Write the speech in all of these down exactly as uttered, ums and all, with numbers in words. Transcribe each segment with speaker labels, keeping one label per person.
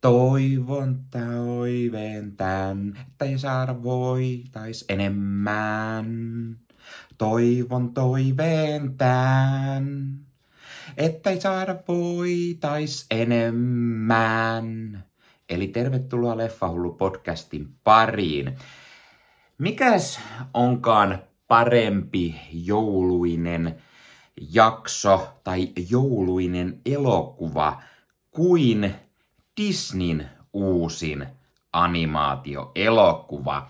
Speaker 1: Toivon toiveen tän, ettei saada voitais enemmän. Toivon toiveen tän, ettei saada voitais enemmän. Eli tervetuloa Leffahullu podcastin pariin. Mikäs onkaan parempi jouluinen jakso tai jouluinen elokuva kuin Disneyn uusin animaatioelokuva.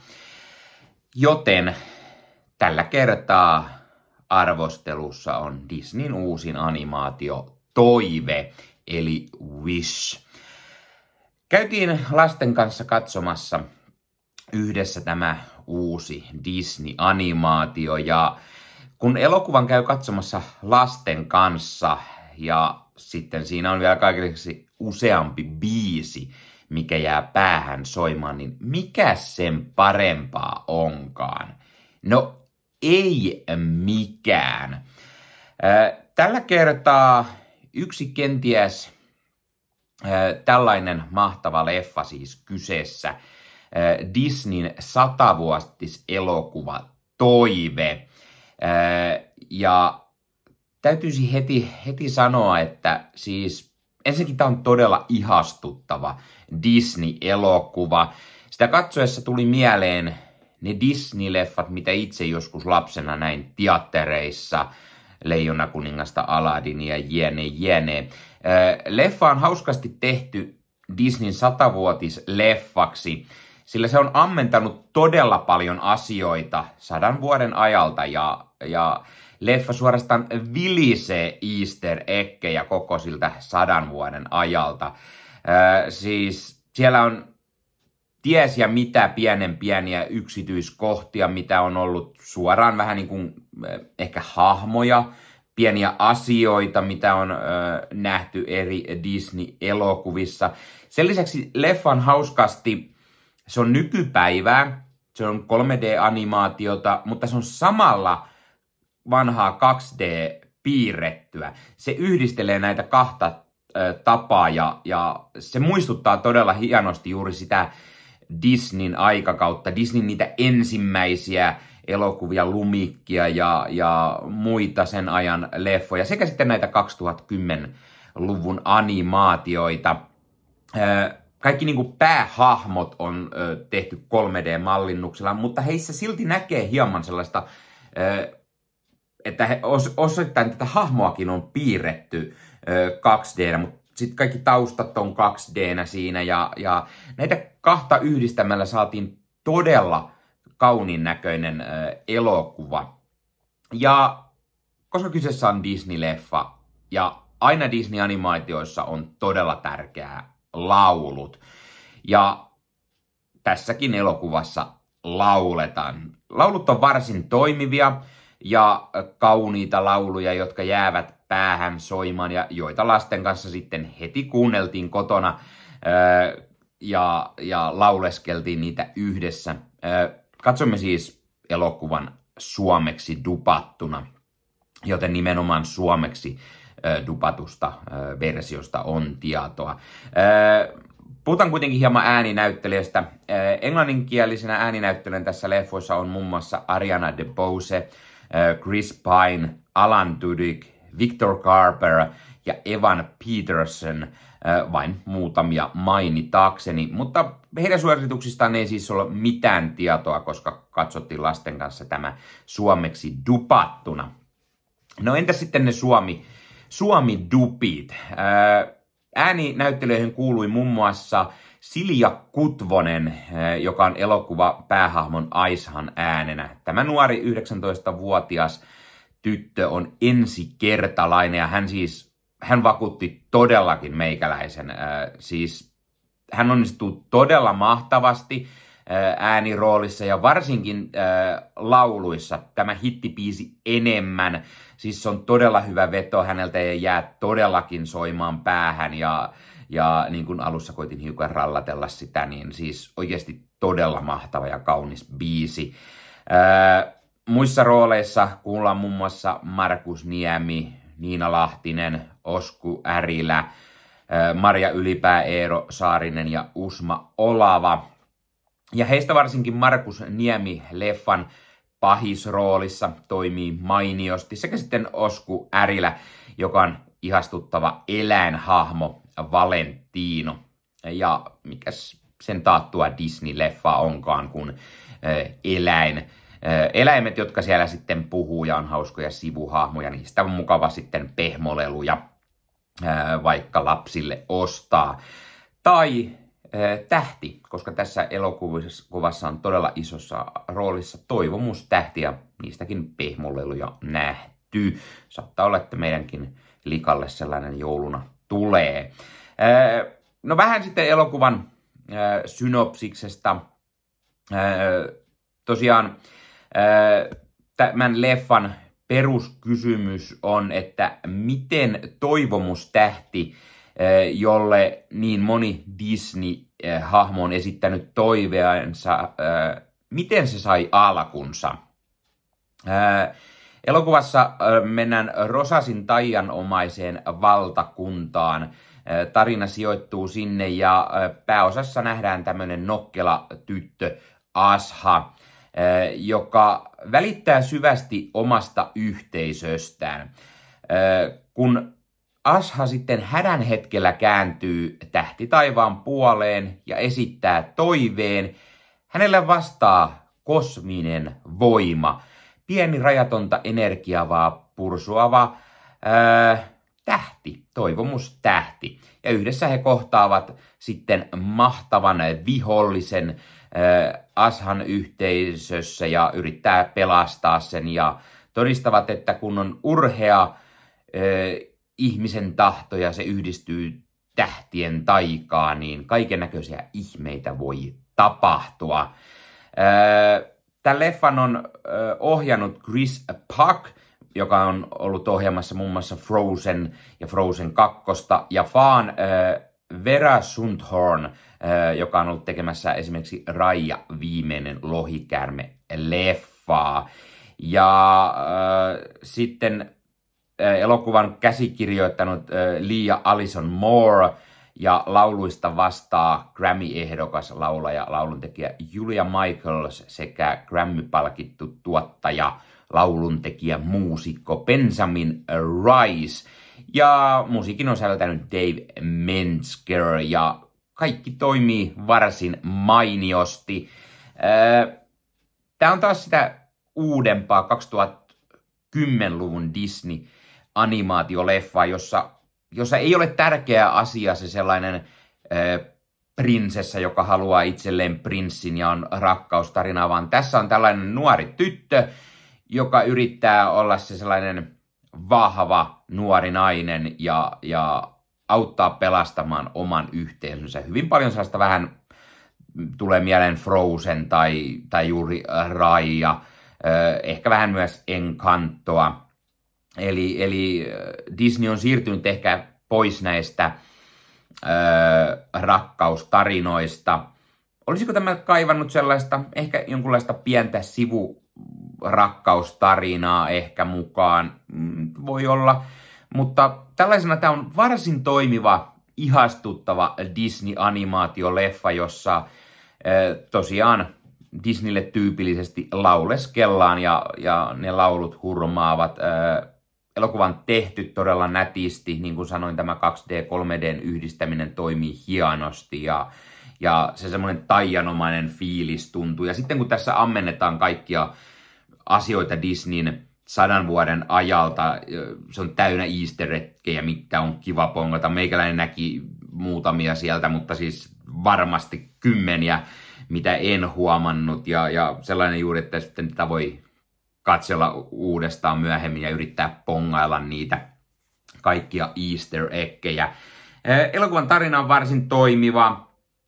Speaker 1: Joten tällä kertaa arvostelussa on Disneyn uusin animaatio Toive, eli Wish. Käytiin lasten kanssa katsomassa yhdessä tämä uusi Disney-animaatio, ja kun elokuvan käy katsomassa lasten kanssa ja sitten siinä on vielä kaikilleksi useampi biisi, mikä jää päähän soimaan, niin mikä sen parempaa onkaan? No ei mikään. Tällä kertaa yksi kenties tällainen mahtava leffa siis kyseessä. Disneyn satavuotiselokuva Toive. Ja täytyisi heti, heti sanoa, että siis ensinnäkin tämä on todella ihastuttava Disney-elokuva. Sitä katsoessa tuli mieleen ne Disney-leffat, mitä itse joskus lapsena näin teattereissa, Leijonakuningasta, Aladinia, jne, jne. Leffa on hauskasti tehty Disneyn satavuotisleffaksi, sillä se on ammentanut todella paljon asioita sadan vuoden ajalta ja, ja leffa suorastaan vilisee easter eggejä koko siltä sadan vuoden ajalta. Äh, siis siellä on ties ja mitä pienen pieniä yksityiskohtia, mitä on ollut suoraan vähän niin kuin äh, ehkä hahmoja, pieniä asioita, mitä on äh, nähty eri Disney-elokuvissa. Sen lisäksi leffa on hauskasti, se on nykypäivää, se on kolme D-animaatiota, mutta se on samalla vanhaa kaksi D-piirrettyä. Se yhdistelee näitä kahta äh, tapaa ja, ja se muistuttaa todella hienosti juuri sitä Disneyn aikakautta, Disneyn niitä ensimmäisiä elokuvia, Lumikkia ja, ja muita sen ajan leffoja, sekä sitten näitä kaksituhattakymmenluvun animaatioita. Äh, Kaikki niin kuin päähahmot on ö, tehty kolme D-mallinnuksella, mutta heissä silti näkee hieman sellaista, ö, että he, os, osittain tätä hahmoakin on piirretty ö, kaksi D, mutta sitten kaikki taustat on kaksi D siinä, ja, ja näitä kahta yhdistämällä saatiin todella kauniin näköinen ö, elokuva. Ja koska kyseessä on Disney-leffa, ja aina Disney-animaatioissa on todella tärkeää laulut. Ja tässäkin elokuvassa lauletaan. Laulut on varsin toimivia ja kauniita lauluja, jotka jäävät päähän soimaan ja joita lasten kanssa sitten heti kuunneltiin kotona ja, ja lauleskeltiin niitä yhdessä. Katsomme siis elokuvan suomeksi dupattuna, joten nimenomaan suomeksi dupatusta versiosta on tietoa. Puhutaan kuitenkin hieman ääninäyttelijästä. Englanninkielisenä ääninäyttelijän tässä leffoissa on muun muassa Ariana DeBose, Chris Pine, Alan Tudyk, Victor Garber ja Evan Peterson, vain muutamia mainitakseni. Mutta heidän suosituksistaan ei siis ole mitään tietoa, koska katsottiin lasten kanssa tämä suomeksi dupattuna. No entä sitten ne suomi Suomi-dupit? Ääninäyttelijöihin kuului muun muassa Silja Kutvonen, joka on elokuva päähahmon Aishan äänenä. Tämä nuori yhdeksäntoistavuotias tyttö on ensikertalainen ja hän siis, hän vakuutti todellakin meikäläisen. Siis hän onnistuu todella mahtavasti ääniroolissa ja varsinkin äh, lauluissa. Tämä hittibiisi Enemmän, siis se on todella hyvä veto häneltä ja jää todellakin soimaan päähän ja, ja niin kuin alussa koitin hiukan rallatella sitä, niin siis oikeasti todella mahtava ja kaunis biisi. Äh, muissa rooleissa kuullaan muun muassa Markus Niemi, Niina Lahtinen, Osku Ärilä, Marja Ylipää, Eero Saarinen ja Usma Olava. Ja heistä varsinkin Markus Niemi leffan pahisroolissa toimii mainiosti, sekä sitten Osku Ärilä, joka on ihastuttava eläinhahmo Valentino. Ja mikäs sen taattua Disney-leffa onkaan kuin eläin. Eläimet, jotka siellä sitten puhuu ja on hauskoja sivuhahmoja, niistä on mukava sitten pehmoleluja vaikka lapsille ostaa. Tai tähti, koska tässä elokuvassa on todella isossa roolissa toivomustähti ja niistäkin pehmoleluja nähty. Saattaa olla, että meidänkin likalle sellainen jouluna tulee. No vähän sitten elokuvan synopsiksesta. Tosiaan tämän leffan peruskysymys on, että miten toivomustähti, jolle niin moni Disney-hahmo on esittänyt toiveensa, miten se sai alkunsa. Elokuvassa mennään Rosasin taianomaiseen valtakuntaan. Tarina sijoittuu sinne ja pääosassa nähdään tämmöinen nokkela tyttö Asha, joka välittää syvästi omasta yhteisöstään. Kun Asha sitten hädän hetkellä kääntyy tähti taivaan puoleen ja esittää toiveen, hänellä vastaa kosminen voima, pieni rajatonta energiaa pursuava ää, tähti, toivomustähti. Ja yhdessä he kohtaavat sitten mahtavan vihollisen ää, Ashan yhteisössä ja yrittää pelastaa sen ja todistavat, että kun on urhea ää, ihmisen tahto ja se yhdistyy tähtien taikaan, niin kaiken näköisiä ihmeitä voi tapahtua. Tämän leffan on ohjannut Chris Puck, joka on ollut ohjaamassa muun muassa Frozen ja Frozen kaksi, ja Faan Vera Sundhorn, joka on ollut tekemässä esimerkiksi Raija viimeinen lohikäärme-leffaa. Ja äh, sitten elokuvan käsikirjoittanut Leah Alison Moore ja lauluista vastaa Grammy-ehdokas laulaja, lauluntekijä Julia Michaels sekä Grammy-palkittu tuottaja, lauluntekijä, muusikko Benjamin Rice. Ja musiikin on säveltänyt Dave Metzger ja kaikki toimii varsin mainiosti. Tämä on taas sitä uudempaa kaksituhattakymmenluvun Disney-animaatioleffa, jossa, jossa ei ole tärkeä asia se sellainen äh, prinsessa, joka haluaa itselleen prinssin ja on rakkaustarina, vaan tässä on tällainen nuori tyttö, joka yrittää olla se sellainen vahva nuori nainen ja, ja auttaa pelastamaan oman yhteisönsä. Hyvin paljon sellaista vähän tulee mieleen Frozen tai, tai juuri Raija, ehkä vähän myös Encantoa. Eli, eli Disney on siirtynyt ehkä pois näistä äh, rakkaustarinoista. Olisiko tämä kaivannut sellaista, ehkä jonkunlaista pientä sivurakkaustarinaa ehkä mukaan? Voi olla. Mutta tällaisena tämä on varsin toimiva, ihastuttava Disney-animaatioleffa, jossa äh, tosiaan Disneylle tyypillisesti lauleskellaan ja, ja ne laulut hurmaavat. Äh, elokuvan tehty todella nätisti, niin kuin sanoin, tämä kaksi D kolme D:n yhdistäminen toimii hienosti ja, ja se semmoinen taianomainen fiilis tuntuu. Ja sitten kun tässä ammennetaan kaikkia asioita Disneyn sadan vuoden ajalta, se on täynnä easter eggejä, mitä on kiva pongata. Meikäläinen näki muutamia sieltä, mutta siis varmasti kymmeniä, mitä en huomannut. Ja, ja sellainen juuri, että sitten tätä voi katsella uudestaan myöhemmin ja yrittää pongailla niitä kaikkia easter eggejä. Elokuvan tarina on varsin toimiva.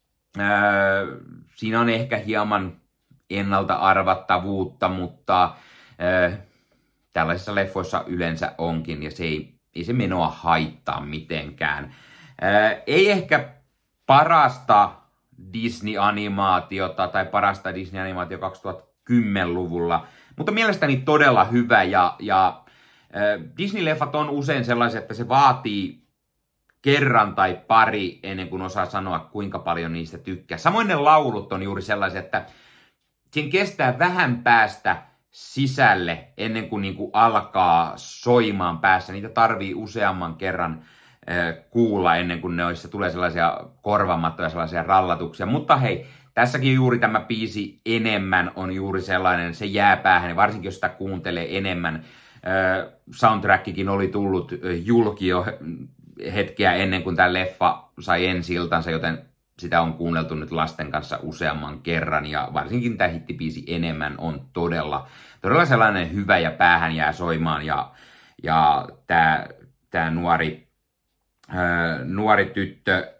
Speaker 1: Siinä on ehkä hieman ennalta arvattavuutta, mutta tällaisissa leffoissa yleensä onkin, ja se ei, ei se menoa haittaa mitenkään. Ei ehkä parasta Disney-animaatiota tai parasta Disney-animaatio kaksituhattakymmenluvulla, mutta mielestäni todella hyvä, ja, ja Disney-leffat on usein sellaisia, että se vaatii kerran tai pari ennen kuin osaa sanoa, kuinka paljon niistä tykkää. Samoin ne laulut on juuri sellaisia, että siinä kestää vähän päästä sisälle ennen kuin niinku alkaa soimaan päässä. Niitä tarvii useamman kerran äh, kuulla ennen kuin noissa tulee sellaisia korvamattoja, sellaisia rallatuksia. Mutta hei, tässäkin juuri tämä biisi enemmän on juuri sellainen, se jää päähän, varsinkin jos sitä kuuntelee enemmän. Äh, soundtrackikin oli tullut äh, julki jo hetkeä ennen kuin tämä leffa sai ensi-iltansa, joten sitä on kuunneltu nyt lasten kanssa useamman kerran, ja varsinkin tämä hittibiisi enemmän on todella, todella sellainen hyvä ja päähän jää soimaan, ja, ja tämä, tämä nuori, ää, nuori tyttö ää,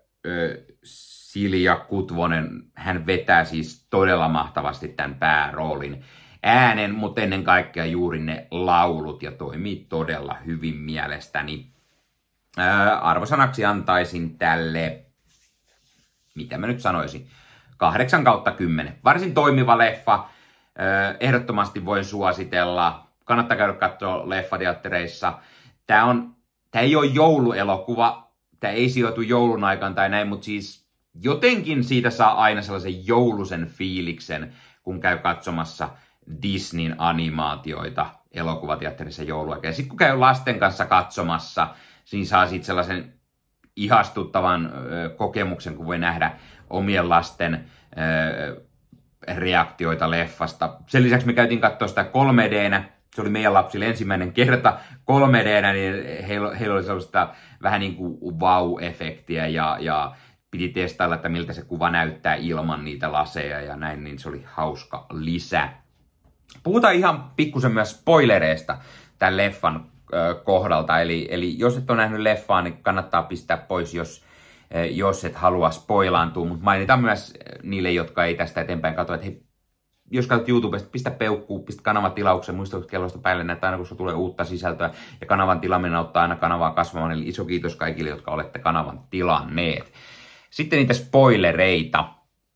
Speaker 1: Silja Kutvonen, hän vetää siis todella mahtavasti tämän pääroolin äänen, mutta ennen kaikkea juuri ne laulut, ja toimii todella hyvin mielestäni. Ää, arvosanaksi antaisin tälle, mitä mä nyt sanoisin, kahdeksan kautta kymmenen. Varsin toimiva leffa. Ehdottomasti voin suositella. Kannattaa käydä katsoa leffateattereissa. Tää, on, tää ei ole jouluelokuva. Tää ei sijoitu joulun aikaan tai näin, mutta siis jotenkin siitä saa aina sellaisen joulusen fiiliksen, kun käy katsomassa Disneyn animaatioita elokuvateatterissa jouluaikaan. Ja sitten kun käy lasten kanssa katsomassa, niin saa siitä sellaisen ihastuttavan ö, kokemuksen, kun voi nähdä omien lasten ö, reaktioita leffasta. Sen lisäksi me käytiin katsoa sitä kolme D:nä. Se oli meidän lapsille ensimmäinen kerta kolme D:nä, niin heillä, heillä oli sellaista vähän niin kuin wow-efektiä ja, ja piti testailla, että miltä se kuva näyttää ilman niitä laseja ja näin, niin se oli hauska lisä. Puhutaan ihan pikkusen myös spoilereista tämän leffan kohdalta, eli, eli jos et ole nähnyt leffaa, niin kannattaa pistää pois, jos, jos et halua spoilaantua, mutta mainitaan myös niille, jotka ei tästä eteenpäin katso, että hei, jos katsot YouTubesta, pistä peukkuun, pistä kanavan tilauksen, muista kellosta päälle näitä aina, kun se tulee uutta sisältöä, ja kanavan tilaaminen auttaa aina kanavaa kasvamaan, eli iso kiitos kaikille, jotka olette kanavan tilanneet. Sitten niitä spoilereita.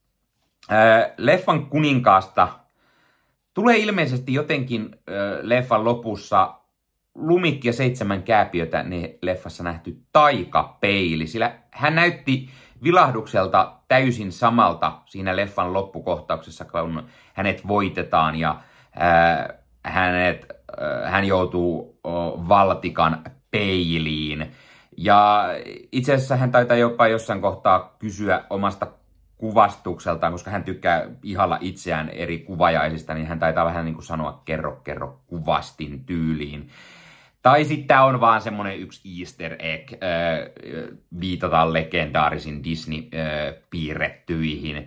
Speaker 1: Leffan kuninkaasta tulee ilmeisesti jotenkin leffan lopussa Lumikki ja seitsemän kääpiötä, niin leffassa nähty taikapeili, sillä hän näytti vilahdukselta täysin samalta siinä leffan loppukohtauksessa, kun hänet voitetaan ja ää, hänet, ää, hän joutuu o, valtikan peiliin. Ja itse asiassa hän taitaa jopa jossain kohtaa kysyä omasta kuvastukseltaan, koska hän tykkää ihalla itseään eri kuvajaisista, niin hän taitaa vähän niin kuin sanoa kerro, kerro kuvastin tyyliin. Tai sitten on vaan semmonen yksi easter egg, äh, viitataan legendaarisin Disney-piirrettyihin. Äh,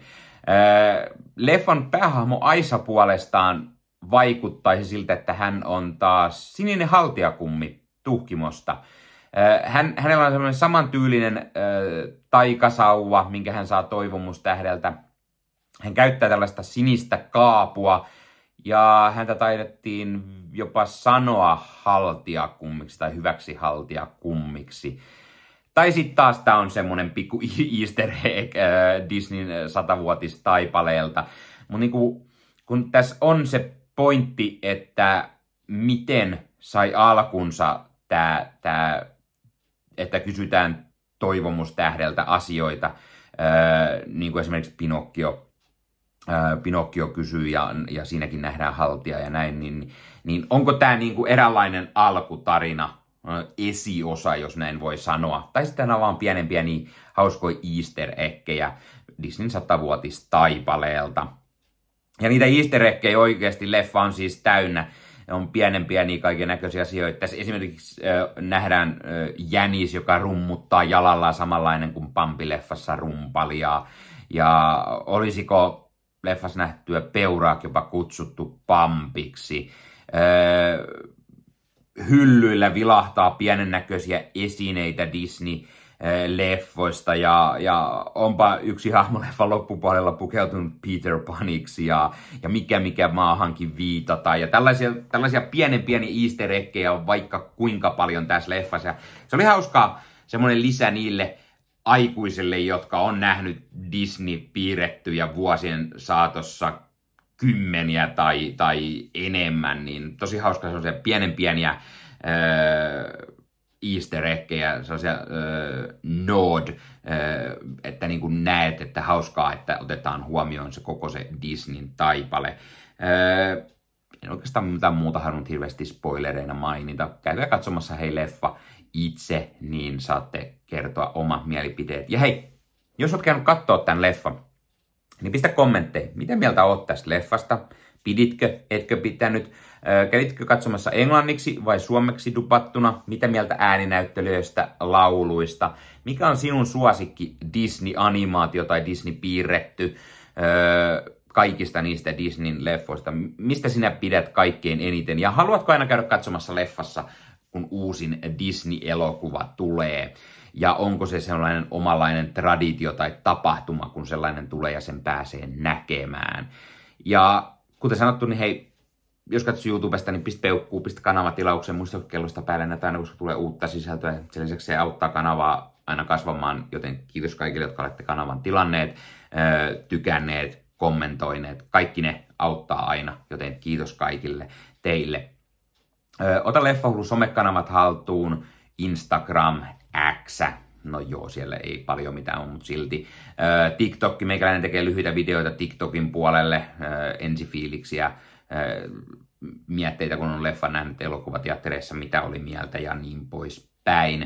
Speaker 1: leffan päähahmo Aisa puolestaan vaikuttaisi siltä, että hän on taas sininen haltiakummi tuhkimosta. Äh, hän, hänellä on semmoinen samantyylinen äh, taikasauva, minkä hän saa toivomustähdeltä. Hän käyttää tällaista sinistä kaapua. Ja häntä taidettiin jopa sanoa haltiakummiksi tai hyväksi haltiakummiksi. Tai sitten taas tämä on semmonen pikku easter egg äh, Disneyn satavuotistaipaleelta. Mutta niinku, kun tässä on se pointti, että miten sai alkunsa tämä, tää, että kysytään toivomustähdeltä asioita, äh, niin kuin esimerkiksi Pinokkio. Pinokkio kysyy ja, ja siinäkin nähdään haltia ja näin, niin, niin onko tämä niinku eräänlainen alkutarina, esiosa, jos näin voi sanoa. Tai sitten on vaan pienen pieni hauskoja easter eggejä Disneyn satavuotistaipaleelta. Ja niitä easter eggejä oikeasti leffa on siis täynnä. On pienen pieniä kaiken näköisiä asioita. Tässä esimerkiksi äh, nähdään äh, jänis, joka rummuttaa jalallaan samanlainen kuin Pampi-leffassa rumpali. Ja, ja olisiko leffassa nähtyä peuraa jopa kutsuttu Pampiksi. Öö, hyllyillä vilahtaa pienen näköisiä esineitä Disney-leffoista ja, ja onpa yksi hahmoleffan loppupuolella pukeutunut Peter Paniksi ja, ja mikä mikä maahankin viitata. Ja tällaisia, tällaisia pienen pieni easter eggejä on vaikka kuinka paljon tässä leffassa. Ja se oli hauskaa semmoinen lisä niille aikuisille, jotka on nähnyt Disney-piirrettyjä vuosien saatossa kymmeniä tai, tai enemmän, niin tosi hauska sellaisia pienen pieniä öö, easter eggejä, sellaisia öö, nod, öö, että niin kuin näet, että hauskaa, että otetaan huomioon se koko se Disneyn taipale. Öö, en oikeastaan mitään muuta halunnut hirveästi spoilereina mainita. Käykää katsomassa hei leffa itse, niin saatte kertoa oma mielipiteet. Ja hei, jos oot käynyt katsoa tämän leffan, niin pistä kommentteja, mitä mieltä oot tästä leffasta? Piditkö, etkö pitänyt? Kävitkö katsomassa englanniksi vai suomeksi dupattuna? Mitä mieltä ääninäyttelijöistä, lauluista? Mikä on sinun suosikki Disney-animaatio tai Disney-piirretty kaikista niistä Disneyn leffoista? Mistä sinä pidät kaikkein eniten? Ja haluatko aina käydä katsomassa leffassa, kun uusin Disney-elokuva tulee? Ja onko se sellainen omanlainen traditio tai tapahtuma, kun sellainen tulee ja sen pääsee näkemään? Ja kuten sanottu, niin hei, jos katsot YouTubesta, niin pistä peukkuu, pistä kanavatilauksen, muista kellosta päälle näitä aina, koska tulee uutta sisältöä. Sen lisäksi se auttaa kanavaa aina kasvamaan, joten kiitos kaikille, jotka olette kanavan tilanneet, tykänneet, kommentoineet. Kaikki ne auttaa aina, joten kiitos kaikille teille. Ota Leffahullu somekanavat haltuun, Instagram, X, no joo, siellä ei paljon mitään, mutta silti. TikTok, meikäläinen tekee lyhyitä videoita TikTokin puolelle, ensifiiliksiä, mietteitä, kun on leffan nähnyt elokuvateattereissa, mitä oli mieltä ja niin poispäin.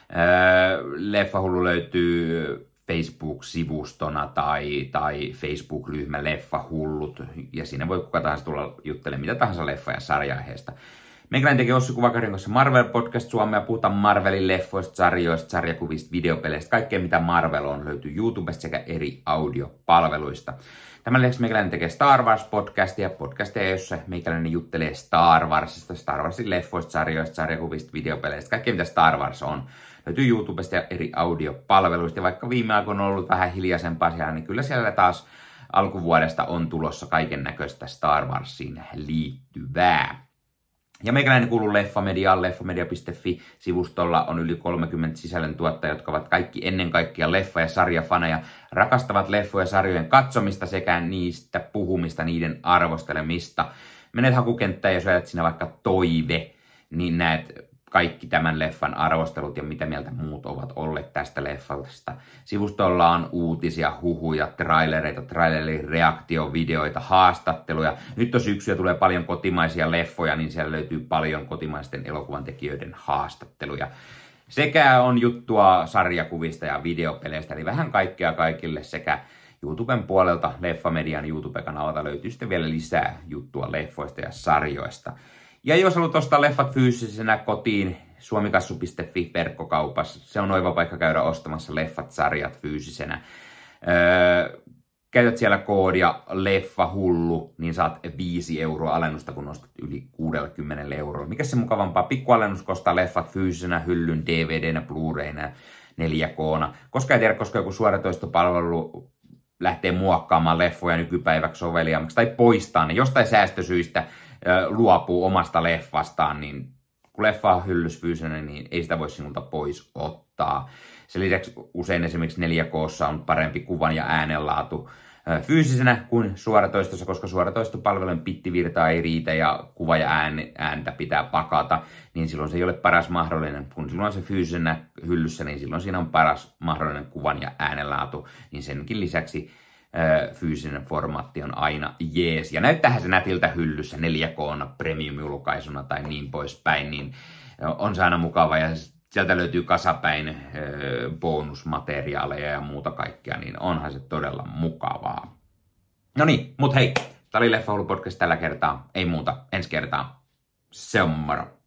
Speaker 1: Leffahullu löytyy Facebook-sivustona tai, tai Facebook-ryhmä Leffahullut, ja siinä voi kuka tahansa tulla juttelemaan mitä tahansa leffa- ja sarja-aiheesta. Meikäläinen tekee Ossi Kuvakarin kanssa Marvel-podcast Suomea, puhutaan Marvelin leffoista, sarjoista, sarjakuvista, videopeleistä, kaikkea mitä Marvel on löytyy YouTubesta sekä eri audiopalveluista. Tämän lisäksi meikäläinen tekee Star Wars-podcastia, podcastia, jossa meikäläinen juttelee Star Warsista, Star Warsin leffoista, sarjoista, sarjakuvista, videopeleistä, kaikkea mitä Star Wars on. Löytyy YouTubesta ja eri audiopalveluista, ja vaikka viime aikoina on ollut vähän hiljaisempaa siellä, niin kyllä siellä taas alkuvuodesta on tulossa kaiken näköistä Star Warsiin liittyvää. Ja meikäläinen kuuluu Leffamediaan, leffamedia piste fi-sivustolla on yli kolmekymmentä sisällöntuottajia, jotka ovat kaikki ennen kaikkea leffa- ja sarjafaneja, rakastavat leffoja ja sarjojen katsomista sekä niistä puhumista, niiden arvostelemista. Menet hakukenttään ja jos ajat sinä vaikka toive, niin näet kaikki tämän leffan arvostelut ja mitä mieltä muut ovat olleet tästä leffasta. Sivustolla on uutisia, huhuja, trailereita, trailerin reaktiovideoita, haastatteluja. Nyt on syksyä, tulee paljon kotimaisia leffoja, niin siellä löytyy paljon kotimaisten elokuvan tekijöiden haastatteluja. Sekä on juttua sarjakuvista ja videopeleistä, eli vähän kaikkea kaikille sekä YouTuben puolelta, Leffamedian YouTube-kanavalta löytyy sitten vielä lisää juttua leffoista ja sarjoista. Ja jos haluat ostaa leffat fyysisenä kotiin, suomikassu piste fi verkkokaupassa, se on oiva paikka käydä ostamassa leffat, sarjat fyysisenä. Öö, käytät siellä koodia leffahullu, niin saat viisi euroa alennusta, kun ostat yli kuusikymmentä euroa. Mikä se mukavampaa? Pikkualennus kostaa leffat fyysisenä, hyllyn, D V D-nä, Blu-rayna, neljä K-na. Koska ei tiedä, koska joku suoratoistopalvelu lähtee muokkaamaan leffoja nykypäiväksi soveliaammaksi tai poistaa ne jostain säästösyistä, luopuu omasta leffastaan, niin kun leffa on hyllys fyysinen, niin ei sitä voi sinulta pois ottaa. Sen lisäksi usein esimerkiksi neljä K:ssa on parempi kuvan ja äänenlaatu fyysisenä kuin suoratoistossa, koska suoratoistopalvelujen pittivirta ei riitä ja kuva ja ääntä pitää pakata, niin silloin se ei ole paras mahdollinen. Kun silloin on se fyysisenä hyllyssä, niin silloin siinä on paras mahdollinen kuvan ja äänenlaatu, niin senkin lisäksi fyysinen formaatti on aina jees. Ja näyttäähän se nätiltä hyllyssä neljä K:na premium-julkaisuna tai niin poispäin, niin on se aina mukava. Ja sieltä löytyy kasapäin bonusmateriaaleja ja muuta kaikkea, niin onhan se todella mukavaa. No niin, mut hei, tää oli Leffahullu podcast tällä kertaa. Ei muuta, ensi kertaa. Se on moro.